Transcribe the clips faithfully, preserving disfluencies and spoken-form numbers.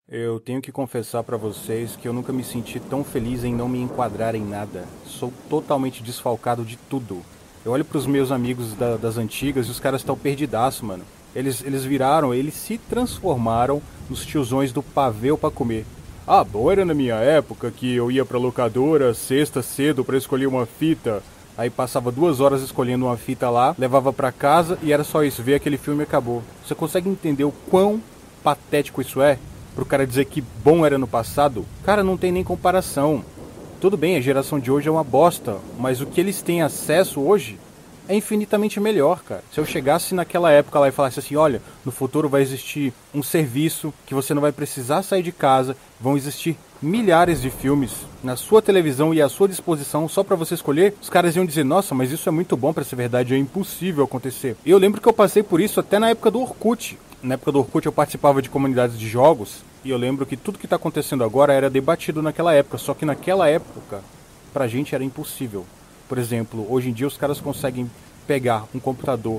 Eu tenho que confessar pra vocês que eu nunca me senti tão feliz em não me enquadrar em nada. Sou totalmente desfalcado de tudo. Eu olho pros meus amigos da- das antigas e os caras estão perdidaço, mano. Eles, eles viraram, eles se transformaram nos tiozões do pavê pra comer. Ah, bom, era na minha época que eu ia pra locadora sexta cedo pra escolher uma fita. Aí passava duas horas escolhendo uma fita lá, levava pra casa e era só isso, ver aquele filme e acabou. Você consegue entender o quão patético isso é? Pro cara dizer que bom era no passado? Cara, não tem nem comparação. Tudo bem, a geração de hoje é uma bosta, mas o que eles têm acesso hoje é infinitamente melhor, cara. Se eu chegasse naquela época lá e falasse assim, olha, no futuro vai existir um serviço que você não vai precisar sair de casa, vão existir milhares de filmes na sua televisão e à sua disposição só pra você escolher, os caras iam dizer, nossa, mas isso é muito bom pra ser verdade, é impossível acontecer. E eu lembro que eu passei por isso até na época do Orkut. Na época do Orkut eu participava de comunidades de jogos e eu lembro que tudo que está acontecendo agora era debatido naquela época, só que naquela época pra gente era impossível. Por exemplo, hoje em dia os caras conseguem pegar um computador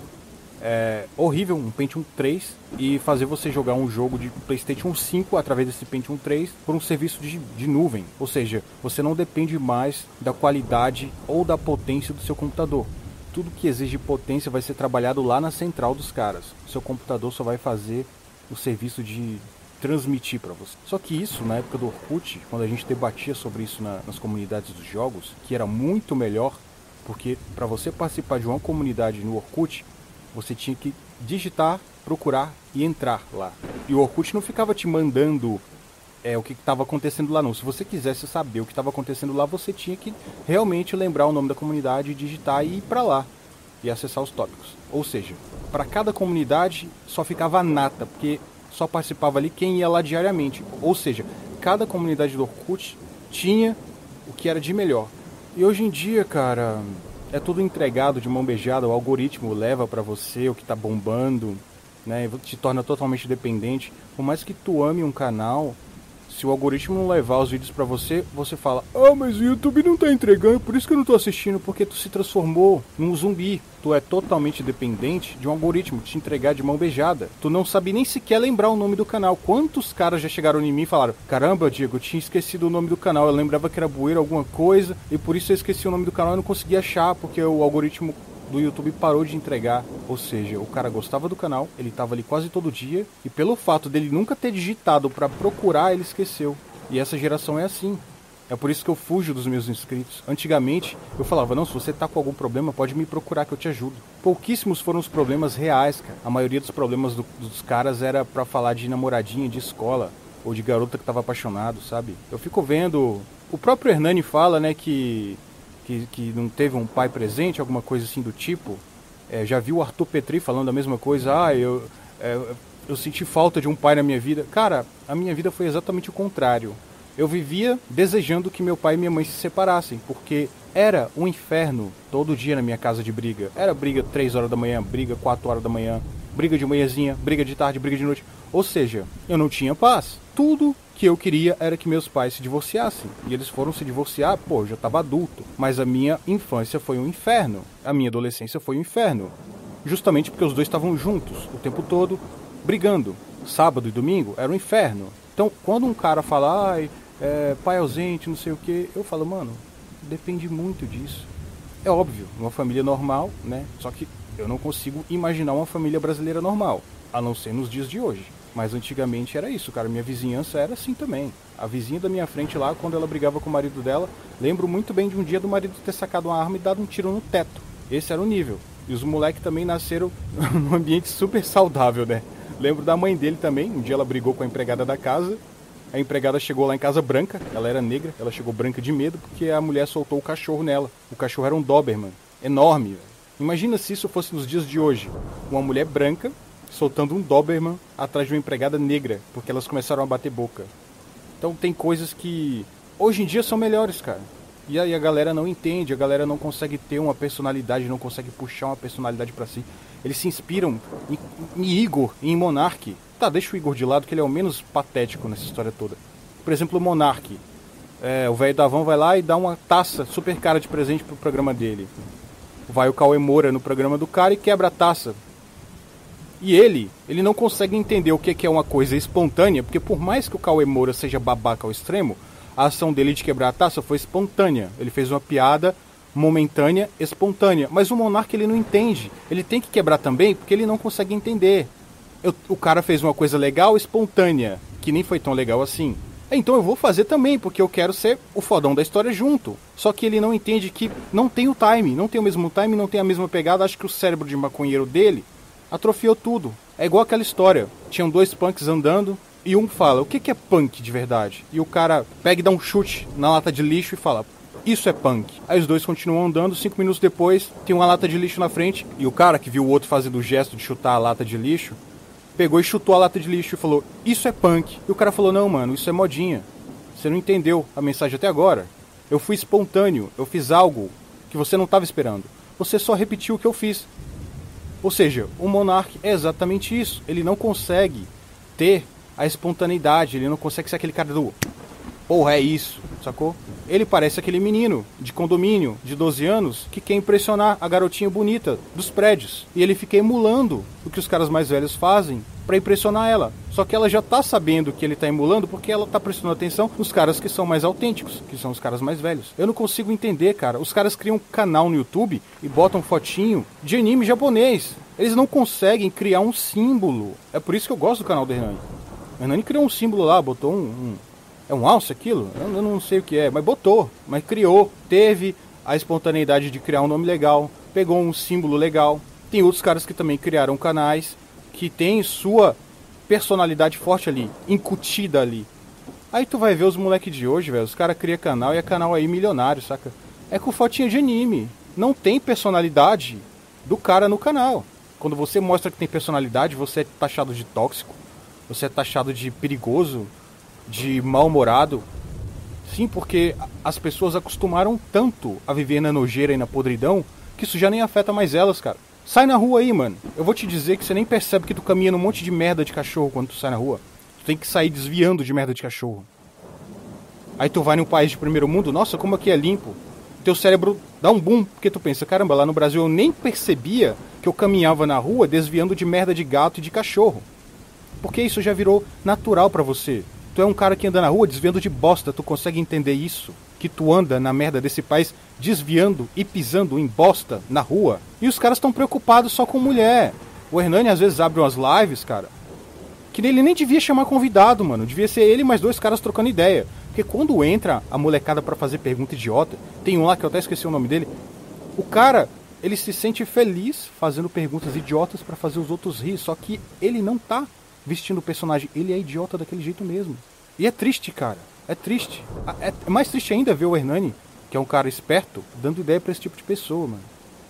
é, horrível, um Pentium três, e fazer você jogar um jogo de PlayStation cinco através desse Pentium três por um serviço de, de nuvem. Ou seja, você não depende mais da qualidade ou da potência do seu computador. Tudo que exige potência vai ser trabalhado lá na central dos caras. O seu computador só vai fazer o serviço de transmitir para você. Só que isso, na época do Orkut, quando a gente debatia sobre isso na, nas comunidades dos jogos, que era muito melhor, porque para você participar de uma comunidade no Orkut, você tinha que digitar, procurar e entrar lá. E o Orkut não ficava te mandando é, o que estava acontecendo lá não. Se você quisesse saber o que estava acontecendo lá, você tinha que realmente lembrar o nome da comunidade, digitar e ir para lá e acessar os tópicos. Ou seja, para cada comunidade só ficava a nata, porque só participava ali quem ia lá diariamente. Ou seja, cada comunidade do Orkut tinha o que era de melhor. E hoje em dia, cara, é tudo entregado de mão beijada, o algoritmo leva pra você o que tá bombando, né? Te torna totalmente dependente. Por mais que tu ame um canal, se o algoritmo não levar os vídeos pra você, você fala, ah, mas o YouTube não tá entregando, por isso que eu não tô assistindo, porque tu se transformou num zumbi. Tu é totalmente dependente de um algoritmo te entregar de mão beijada. Tu não sabe nem sequer lembrar o nome do canal. Quantos caras já chegaram em mim e falaram, caramba, Diego, eu tinha esquecido o nome do canal, eu lembrava que era Bueiro alguma coisa, e por isso eu esqueci o nome do canal e não consegui achar, porque o algoritmo do YouTube parou de entregar. Ou seja, o cara gostava do canal, ele tava ali quase todo dia, e pelo fato dele nunca ter digitado pra procurar, ele esqueceu. E essa geração é assim. É por isso que eu fujo dos meus inscritos. Antigamente, eu falava, não, se você tá com algum problema, pode me procurar que eu te ajudo. Pouquíssimos foram os problemas reais, cara. A maioria dos problemas do, dos caras era pra falar de namoradinha de escola, ou de garota que tava apaixonado, sabe? Eu fico vendo... O próprio Hernani fala, né, que... Que, que não teve um pai presente, alguma coisa assim do tipo. É, já vi o Arthur Petri falando a mesma coisa. Ah, eu, é, eu senti falta de um pai na minha vida. Cara, a minha vida foi exatamente o contrário. Eu vivia desejando que meu pai e minha mãe se separassem, porque era um inferno todo dia na minha casa de briga. Era briga três horas da manhã, briga quatro horas da manhã, briga de manhãzinha, briga de tarde, briga de noite. Ou seja, eu não tinha paz. Tudo que eu queria era que meus pais se divorciassem. E eles foram se divorciar, pô, eu já tava adulto. Mas a minha infância foi um inferno. A minha adolescência foi um inferno. Justamente porque os dois estavam juntos o tempo todo, brigando. Sábado e domingo era um inferno. Então, quando um cara fala, ai, é, pai ausente, não sei o que, eu falo, mano, depende muito disso. É óbvio, uma família normal, né? Só que eu não consigo imaginar uma família brasileira normal, a não ser nos dias de hoje. Mas antigamente era isso, cara. Minha vizinhança era assim também. A vizinha da minha frente lá, quando ela brigava com o marido dela, lembro muito bem de um dia do marido ter sacado uma arma e dado um tiro no teto. Esse era o nível. E os moleques também nasceram num ambiente super saudável, né? Lembro da mãe dele também. Um dia ela brigou com a empregada da casa. A empregada chegou lá em casa branca. Ela era negra. Ela chegou branca de medo porque a mulher soltou o cachorro nela. O cachorro era um Doberman. Enorme, velho. Imagina se isso fosse nos dias de hoje. Uma mulher branca soltando um Doberman atrás de uma empregada negra, porque elas começaram a bater boca. Então tem coisas que hoje em dia são melhores, cara. E aí a galera não entende, a galera não consegue ter uma personalidade, não consegue puxar uma personalidade pra si. Eles se inspiram em, em Igor, em Monark. Tá, deixa o Igor de lado, que ele é o menos patético nessa história toda. Por exemplo, o Monark. É, o velho Davão vai lá e dá uma taça super cara de presente pro programa dele. Vai o Cauê Moura no programa do cara e quebra a taça. E ele, ele não consegue entender o que é uma coisa espontânea, porque por mais que o Cauê Moura seja babaca ao extremo, a ação dele de quebrar a taça foi espontânea. Ele fez uma piada momentânea, espontânea. Mas o Monark ele não entende. Ele tem que quebrar também porque ele não consegue entender. Eu, o cara fez uma coisa legal, espontânea, que nem foi tão legal assim. Então eu vou fazer também, porque eu quero ser o fodão da história junto. Só que ele não entende que não tem o time, não tem o mesmo time, não tem a mesma pegada. Acho que o cérebro de maconheiro dele atrofiou tudo. É igual aquela história. Tinham dois punks andando e um fala, o que que é punk de verdade? E o cara pega e dá um chute na lata de lixo e fala, isso é punk. Aí os dois continuam andando, cinco minutos depois tem uma lata de lixo na frente e o cara que viu o outro fazendo o gesto de chutar a lata de lixo pegou e chutou a lata de lixo e falou, isso é punk. E o cara falou, não mano, isso é modinha. Você não entendeu a mensagem até agora. Eu fui espontâneo, eu fiz algo que você não estava esperando. Você só repetiu o que eu fiz. Ou seja, o Monark é exatamente isso. Ele não consegue ter a espontaneidade, ele não consegue ser aquele cara do porra, é isso, sacou? Ele parece aquele menino de condomínio de doze anos que quer impressionar a garotinha bonita dos prédios. E ele fica emulando o que os caras mais velhos fazem pra impressionar ela. Só que ela já tá sabendo que ele tá emulando porque ela tá prestando atenção nos caras que são mais autênticos, que são os caras mais velhos. Eu não consigo entender, cara. Os caras criam um canal no YouTube e botam fotinho de anime japonês. Eles não conseguem criar um símbolo. É por isso que eu gosto do canal do Hernani. O Hernani criou um símbolo lá, botou um... um é um alce aquilo? Eu não sei o que é, mas botou, mas criou, teve a espontaneidade de criar um nome legal, pegou um símbolo legal. Tem outros caras que também criaram canais, que tem sua personalidade forte ali, incutida ali. Aí tu vai ver os moleques de hoje, velho, os caras criam canal e é canal aí milionário, saca? É com fotinha de anime, não tem personalidade do cara no canal. Quando você mostra que tem personalidade, você é taxado de tóxico, você é taxado de perigoso, de mal-humorado. Sim, porque as pessoas acostumaram tanto a viver na nojeira e na podridão que isso já nem afeta mais elas, cara. Sai na rua aí, mano. Eu vou te dizer que você nem percebe que tu caminha num monte de merda de cachorro quando tu sai na rua. Tu tem que sair desviando de merda de cachorro. Aí tu vai num país de primeiro mundo, nossa, como aqui é limpo. Teu cérebro dá um boom, porque tu pensa, caramba, lá no Brasil eu nem percebia que eu caminhava na rua desviando de merda de gato e de cachorro. Porque isso já virou natural pra você. Tu é um cara que anda na rua desviando de bosta, tu consegue entender isso? Que tu anda na merda desse país desviando e pisando em bosta na rua? E os caras estão preocupados só com mulher. O Hernani às vezes abre umas lives, cara, que ele nem devia chamar convidado, mano. Devia ser ele e mais dois caras trocando ideia. Porque quando entra a molecada pra fazer pergunta idiota, tem um lá que eu até esqueci o nome dele, o cara, ele se sente feliz fazendo perguntas idiotas pra fazer os outros rir, só que ele não tá vestindo o personagem, ele é idiota daquele jeito mesmo. E é triste, cara. É triste. É mais triste ainda ver o Hernani, que é um cara esperto, dando ideia pra esse tipo de pessoa, mano.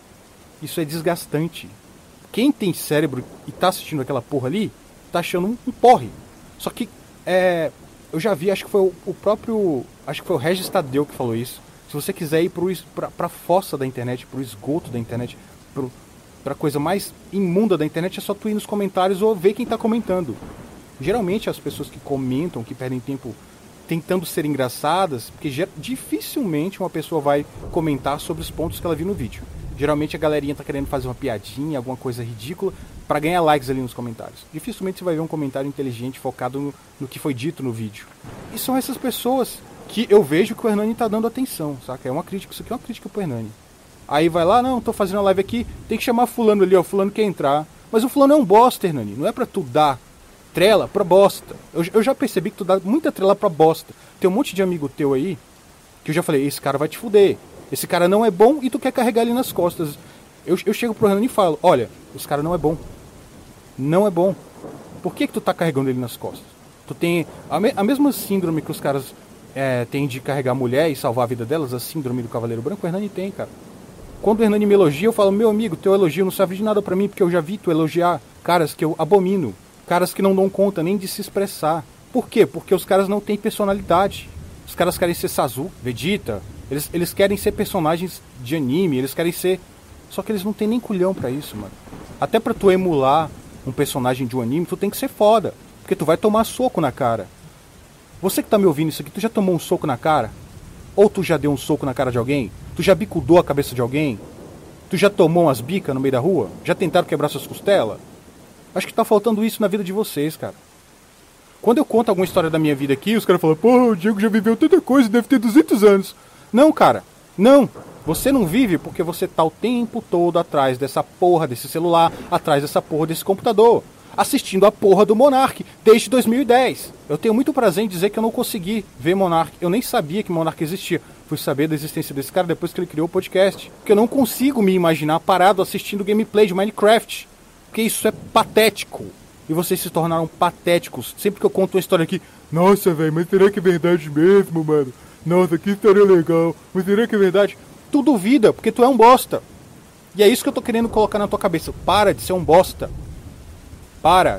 Isso é desgastante. Quem tem cérebro e tá assistindo aquela porra ali, tá achando um, um porre. Só que, é... eu já vi, acho que foi o, o próprio... Acho que foi o Regis Tadeu que falou isso. Se você quiser ir pro, pra, pra fossa da internet, pro esgoto da internet, pro... pra coisa mais imunda da internet, é só tu ir nos comentários ou ver quem tá comentando. Geralmente as pessoas que comentam, que perdem tempo tentando ser engraçadas, porque ger- dificilmente uma pessoa vai comentar sobre os pontos que ela viu no vídeo. Geralmente a galerinha tá querendo fazer uma piadinha, alguma coisa ridícula, pra ganhar likes ali nos comentários. Dificilmente você vai ver um comentário inteligente focado no, no que foi dito no vídeo. E são essas pessoas que eu vejo que o Hernani tá dando atenção, saca? É uma crítica, isso aqui é uma crítica pro Hernani. Aí vai lá, não, tô fazendo a live aqui, tem que chamar fulano ali, ó, fulano quer entrar. Mas o fulano é um bosta, Hernani, não é pra tu dar trela pra bosta. Eu, eu já percebi que tu dá muita trela pra bosta. Tem um monte de amigo teu aí, que eu já falei, esse cara vai te fuder. Esse cara não é bom e tu quer carregar ele nas costas. Eu, eu chego pro Hernani e falo, olha, esse cara não é bom. Não é bom. Por que que tu tá carregando ele nas costas? Tu tem a, me, a mesma síndrome que os caras é, têm de carregar a mulher e salvar a vida delas, a síndrome do Cavaleiro Branco, o Hernani tem, cara. Quando o Hernani me elogia, eu falo, meu amigo, teu elogio não serve de nada pra mim, porque eu já vi tu elogiar caras que eu abomino. Caras que não dão conta nem de se expressar. Por quê? Porque os caras não têm personalidade. Os caras querem ser Sazu, Vegeta. Eles, eles querem ser personagens de anime, eles querem ser... Só que eles não têm nem culhão pra isso, mano. Até pra tu emular um personagem de um anime, tu tem que ser foda. Porque tu vai tomar soco na cara. Você que tá me ouvindo isso aqui, tu já tomou um soco na cara? Ou tu já deu um soco na cara de alguém? Tu já bicudou a cabeça de alguém? Tu já tomou umas bicas no meio da rua? Já tentaram quebrar suas costelas? Acho que tá faltando isso na vida de vocês, cara. Quando eu conto alguma história da minha vida aqui, os caras falam, pô, o Diego já viveu tanta coisa, deve ter duzentos anos. Não, cara, não. Você não vive porque você tá o tempo todo atrás dessa porra desse celular, atrás dessa porra desse computador, assistindo a porra do Monark desde dois mil e dez. Eu tenho muito prazer em dizer que eu não consegui ver Monark. Eu nem sabia que Monark existia. Fui saber da existência desse cara depois que ele criou o podcast. Porque eu não consigo me imaginar parado assistindo gameplay de Minecraft. Porque isso é patético. E vocês se tornaram patéticos. Sempre que eu conto uma história aqui, nossa, velho, mas será que é verdade mesmo, mano? Nossa, que história legal. Mas será que é verdade? Tu duvida, porque tu é um bosta. E é isso que eu tô querendo colocar na tua cabeça. Para de ser um bosta. Para.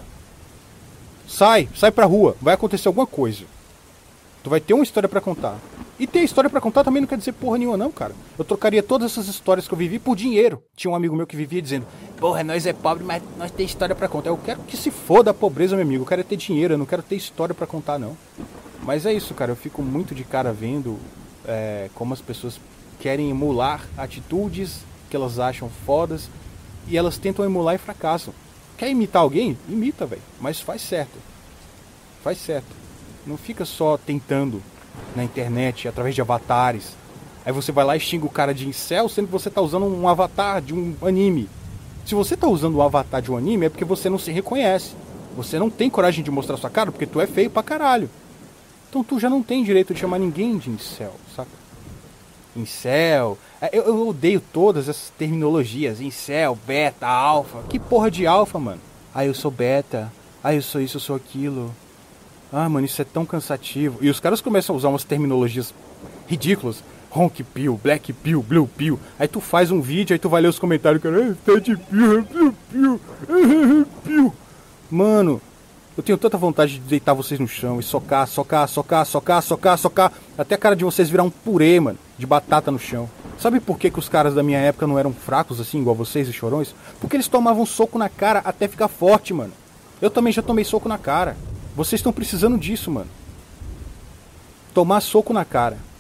Sai, sai pra rua. Vai acontecer alguma coisa. Tu vai ter uma história pra contar. E ter história pra contar também não quer dizer porra nenhuma não, cara. Eu trocaria todas essas histórias que eu vivi por dinheiro. Tinha um amigo meu que vivia dizendo, porra, nós é pobre, mas nós tem história pra contar. Eu quero que se foda a pobreza, meu amigo. Eu quero ter dinheiro, eu não quero ter história pra contar, não. Mas é isso, cara. Eu fico muito de cara vendo é, como as pessoas querem emular atitudes que elas acham fodas e elas tentam emular e fracassam. Quer imitar alguém? Imita, velho. Mas faz certo. Faz certo. Não fica só tentando na internet, através de avatares. Aí você vai lá e xinga o cara de incel, sendo que você tá usando um avatar de um anime. Se você tá usando um avatar de um anime, é porque você não se reconhece. Você não tem coragem de mostrar sua cara, porque tu é feio pra caralho. Então tu já não tem direito de chamar ninguém de incel, saca? Incel... Eu, eu odeio todas essas terminologias. Incel, beta, alfa. Que porra de alfa, mano? Ah, eu sou beta. Ah, eu sou isso, eu sou aquilo. Ah, mano, isso é tão cansativo. E os caras começam a usar umas terminologias ridículas. Honk pill, black pill, blue pill. Aí tu faz um vídeo, aí tu vai ler os comentários, cara, tá de pill, blue pill, pill. Mano, eu tenho tanta vontade de deitar vocês no chão e socar, socar, socar, socar, socar, socar. Até a cara de vocês virar um purê, mano, de batata no chão. Sabe por que, que os caras da minha época não eram fracos assim, igual vocês e chorões? Porque eles tomavam soco na cara até ficar forte, mano. Eu também já tomei soco na cara. Vocês estão precisando disso, mano. Tomar soco na cara.